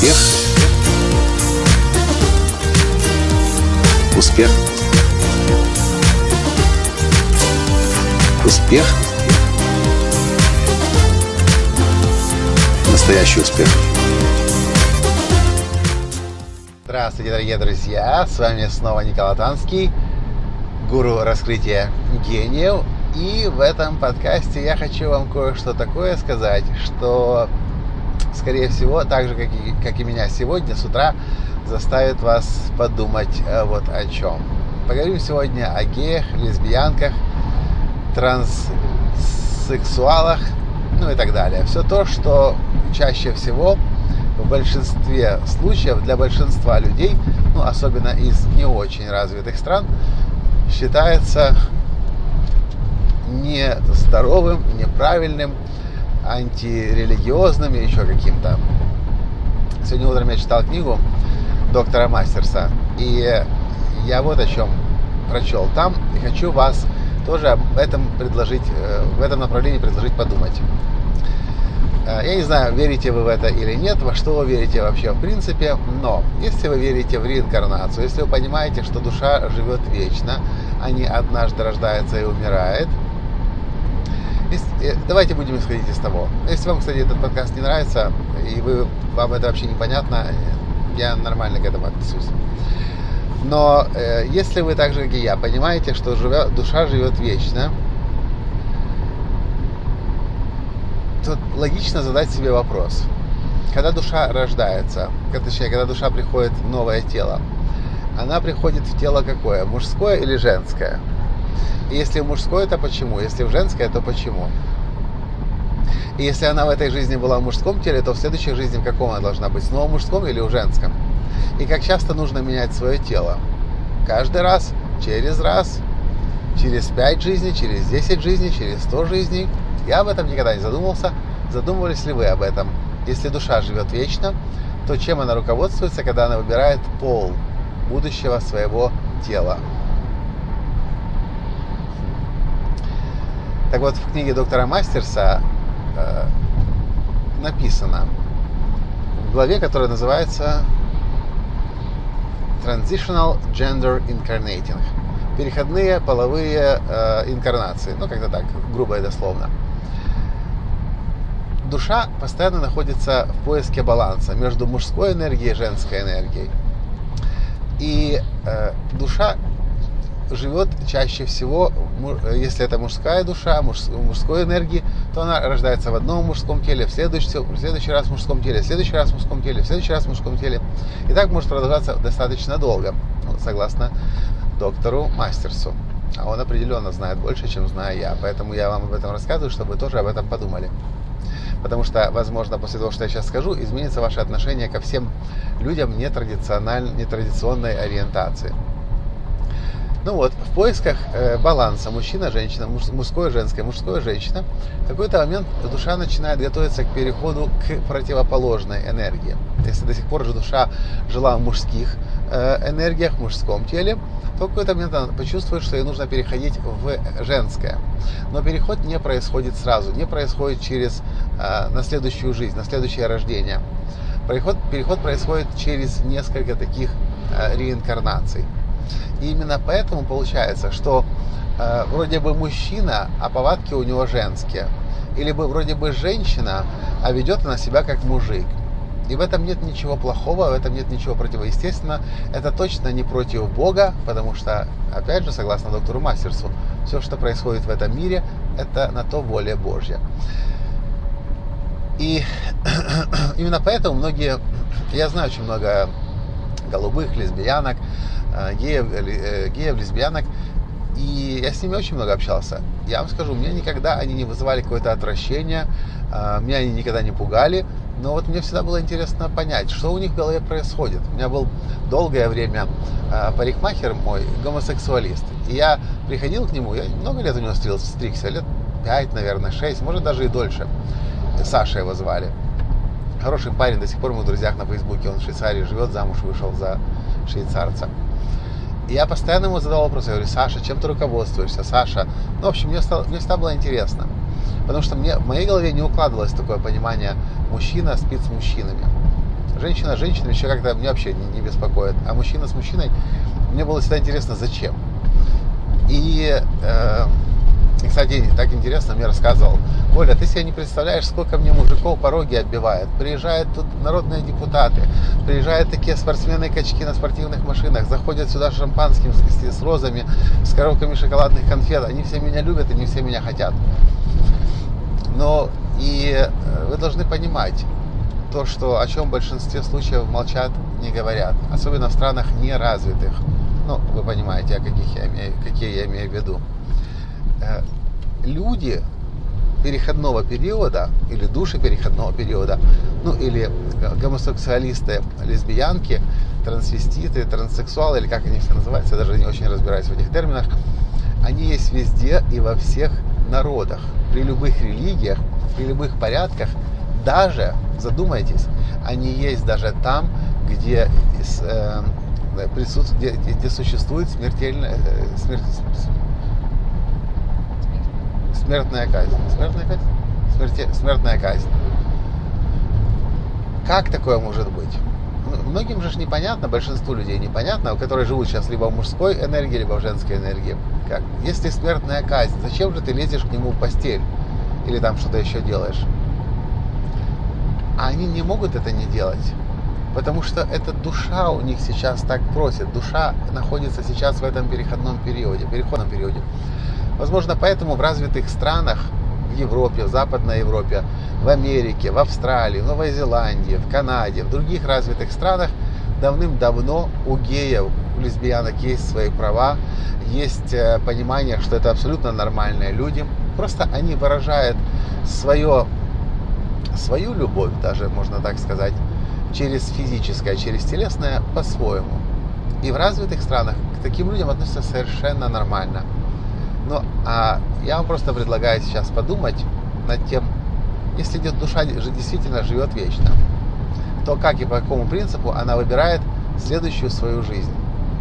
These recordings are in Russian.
Успех. Успех. Успех. Настоящий успех. Здравствуйте, дорогие друзья! С вами снова Николай Танский, гуру раскрытия гениев. И в этом подкасте я хочу вам кое-что такое сказать, что, скорее всего, так же, как и меня сегодня с утра, заставит вас подумать вот о чем. Поговорим сегодня о геях, лесбиянках, транссексуалах, и так далее. Все то, что чаще всего в большинстве случаев для большинства людей, особенно из не очень развитых стран, считается нездоровым, неправильным, антирелигиозным и еще каким-то. Сегодня утром я читал книгу доктора Мастерса, и я вот о чем прочел там, и хочу вас тоже об этом в этом направлении предложить подумать. Я не знаю, верите вы в это или нет, во что вы верите вообще в принципе, но если вы верите в реинкарнацию, если вы понимаете, что душа живет вечно, а не однажды рождается и умирает, давайте будем исходить из того. Если вам, кстати, этот подкаст не нравится, и вам это вообще непонятно, я нормально к этому отношусь. Но если вы так же, как и я, понимаете, что душа живет вечно, то логично задать себе вопрос. Когда душа рождается, когда душа приходит в новое тело, она приходит в тело какое? Мужское или женское? И если в мужское, то почему? Если в женское, то почему? И если она в этой жизни была в мужском теле, то в следующей жизни в каком она должна быть? Снова в мужском или в женском? И как часто нужно менять свое тело? Каждый раз, через 5 жизней, через 10 жизней, через 100 жизней? Я об этом никогда не задумывался. Задумывались ли вы об этом? Если душа живет вечно, то чем она руководствуется, когда она выбирает пол будущего своего тела? Так вот, в книге доктора Мастерса написано в главе, которая называется Transitional Gender Incarnating. Переходные половые инкарнации. Как-то так, грубо и дословно. Душа постоянно находится в поиске баланса между мужской энергией и женской энергией. И душа живет чаще всего, если это мужская душа, мужской энергии, то она рождается в одном мужском теле, в следующий раз в мужском теле, в следующий раз в мужском теле, в следующий раз в мужском теле. И так может продолжаться достаточно долго, согласно доктору Мастерсу. А он определенно знает больше, чем знаю я. Поэтому я вам об этом рассказываю, чтобы вы тоже об этом подумали. Потому что, возможно, после того, что я сейчас скажу, изменится ваше отношение ко всем людям нетрадиционной ориентации. В поисках баланса мужчина-женщина, мужское-женское, мужское-женщина, в какой-то момент душа начинает готовиться к переходу к противоположной энергии. Если до сих пор же душа жила в мужских энергиях, в мужском теле, то в какой-то момент она почувствует, что ей нужно переходить в женское. Но переход не происходит сразу, не происходит на следующую жизнь, на следующее рождение. Переход происходит через несколько таких реинкарнаций. И именно поэтому получается, что вроде бы мужчина, а повадки у него женские. Или вроде бы женщина, а ведет она себя как мужик. И в этом нет ничего плохого, в этом нет ничего противоестественного. Это точно не против Бога, потому что, опять же, согласно доктору Мастерсу, все, что происходит в этом мире, это на то воля Божья. И именно поэтому я знаю очень много голубых, лесбиянок, геев, лесбиянок, и я с ними очень много общался. Я вам скажу, меня никогда они не вызывали какое-то отвращение, меня они никогда не пугали, но мне всегда было интересно понять, что у них в голове происходит. У меня был долгое время парикмахер мой, гомосексуалист, и я приходил к нему, я много лет у него стригся, лет 5, наверное, 6, может даже и дольше. Саша его звали. Хороший парень, до сих пор мы в друзьях на Фейсбуке, он в Швейцарии живет, замуж вышел за швейцарца. И я постоянно ему задал вопрос, я говорю: Саша, чем ты руководствуешься, Саша? В общем, мне всегда было интересно. Потому что в моей голове не укладывалось такое понимание: мужчина спит с мужчинами, женщина с женщиной еще как-то меня вообще не беспокоит. А мужчина с мужчиной, мне было всегда интересно, зачем. И, кстати, так интересно, мне рассказывал: Оля, ты себе не представляешь, сколько мне мужиков пороги оббивает. Приезжают тут народные депутаты, приезжают такие спортсмены-качки на спортивных машинах, заходят сюда с шампанским, с розами, с коробками шоколадных конфет. Они все меня любят, они все меня хотят. Но и вы должны понимать, то, что о чем в большинстве случаев молчат, не говорят. Особенно в странах неразвитых. Ну, вы понимаете, какие я имею в виду. Люди переходного периода, или души переходного периода, ну, или гомосексуалисты, лесбиянки, трансвеститы, транссексуалы, или как они все называются, я даже не очень разбираюсь в этих терминах, они есть везде и во всех народах, при любых религиях, при любых порядках. Даже, задумайтесь, они есть даже там, где существует смертная казнь. Смертная казнь. Как такое может быть? Многим же непонятно, большинству людей непонятно, которые живут сейчас либо в мужской энергии, либо в женской энергии. Как? Если смертная казнь, зачем же ты лезешь к нему в постель? Или там что-то еще делаешь? А они не могут это не делать, потому что эта душа у них сейчас так просит. Душа находится сейчас в этом переходном периоде. Возможно, поэтому в развитых странах, в Европе, в Западной Европе, в Америке, в Австралии, в Новой Зеландии, в Канаде, в других развитых странах давным-давно у геев, у лесбиянок есть свои права, есть понимание, что это абсолютно нормальные люди. Просто они выражают свою любовь, даже можно так сказать, через физическое, через телесное по-своему. И в развитых странах к таким людям относятся совершенно нормально. Ну, а я вам просто предлагаю сейчас подумать над тем, если душа действительно живет вечно, то как и по какому принципу она выбирает следующую свою жизнь.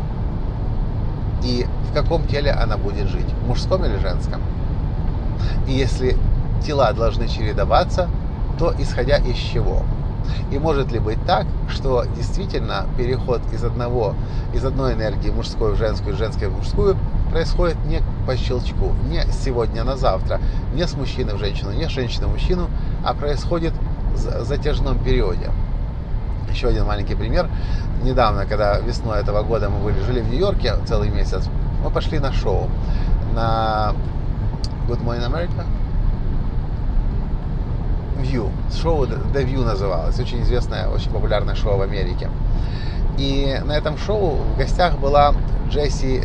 И в каком теле она будет жить, в мужском или женском. И если тела должны чередоваться, то исходя из чего? И может ли быть так, что действительно переход из одной энергии мужской в женскую, из женской в мужскую происходит не по щелчку, не с сегодня на завтра, не с мужчины в женщину, не с женщины в мужчину, а происходит в затяжном периоде. Еще один маленький пример. Недавно, когда весной этого года мы жили в Нью-Йорке целый месяц, мы пошли на шоу, на Good Morning America, View. Шоу The View называлось. Очень известное, очень популярное шоу в Америке. И на этом шоу в гостях была Джесси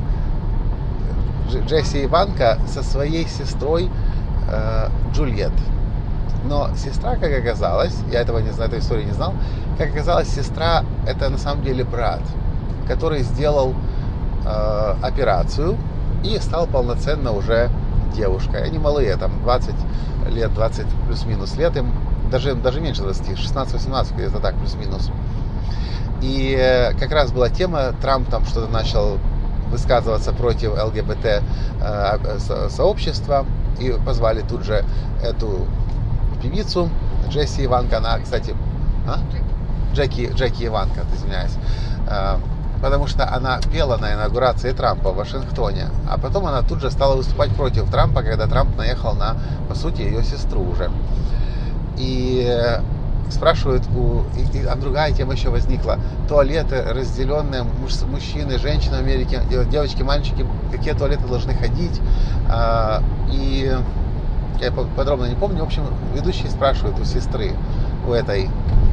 Иванка со своей сестрой Джульет. Но сестра, как оказалось, я этого не знаю, этой истории не знал, как оказалось, сестра — это на самом деле брат, который сделал операцию и стал полноценно уже девушкой. Они малые, там 20 лет, 20 плюс-минус лет им, даже меньше 20, 16-18, где-то так плюс-минус. И как раз была тема, Трамп там что-то начал высказываться против ЛГБТ сообщества, и позвали тут же эту певицу Джесси Иванка, она, кстати, Джеки Иванка, извиняюсь, потому что она пела на инаугурации Трампа в Вашингтоне, а потом она тут же стала выступать против Трампа, когда Трамп наехал на, по сути, ее сестру уже. И спрашивают, а другая тема еще возникла: туалеты, разделенные мужчины, женщины в Америке, девочки, мальчики, какие туалеты должны ходить. И я подробно не помню. В общем, ведущие спрашивают у сестры, у этой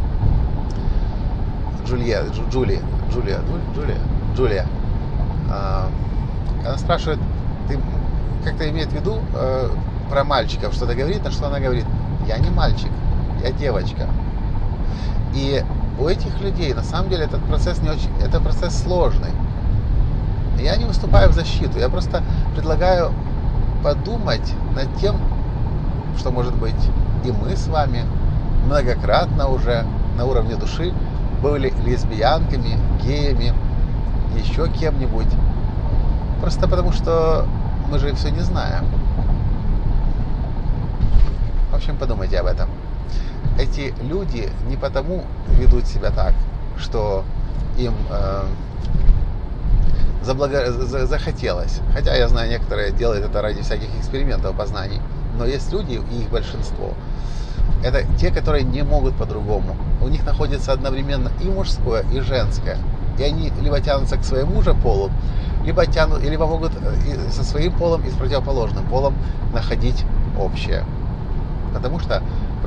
Джулия. Она спрашивает, ты как-то имеет в виду про мальчиков что-то говорит, на что она говорит: я не мальчик, я девочка. И у этих людей на самом деле этот процесс это процесс сложный. Я не выступаю в защиту, я просто предлагаю подумать над тем, что, может быть, и мы с вами многократно уже на уровне души были лесбиянками, геями, еще кем-нибудь. Просто потому, что мы же все не знаем. В общем, подумайте об этом. эти люди не потому ведут себя так, что им захотелось. Хотя я знаю, некоторые делают это ради всяких экспериментов познаний. Но есть люди, и их большинство. Это те, которые не могут по-другому. У них находится одновременно и мужское, и женское. И они либо тянутся к своему же полу, либо могут со своим полом и с противоположным полом находить общее. Потому что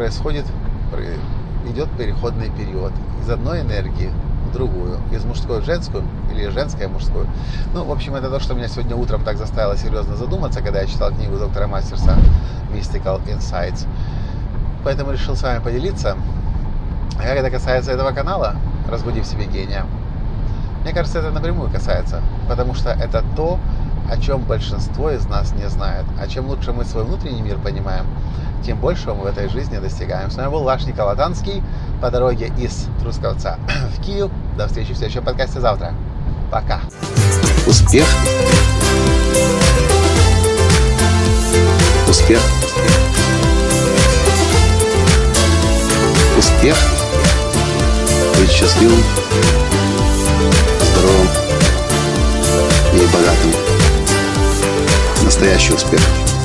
идет переходный период из одной энергии в другую, из мужской в женскую или женское в мужскую. Ну, в общем, это то, что меня сегодня утром так заставило серьезно задуматься, когда я читал книгу доктора Мастерса Mystical Insights. Поэтому решил с вами поделиться. А как это касается этого канала «Разбуди в себе гения», мне кажется, это напрямую касается, потому что это то, о чем большинство из нас не знает. А чем лучше мы свой внутренний мир понимаем, тем большего мы в этой жизни достигаем. С вами был ваш Николай Танский по дороге из Трусковца в Киев. До встречи в следующем подкасте завтра. Пока. Успех. Успех. Успех. Быть счастливым, здоровым и богатым. Настоящий успех.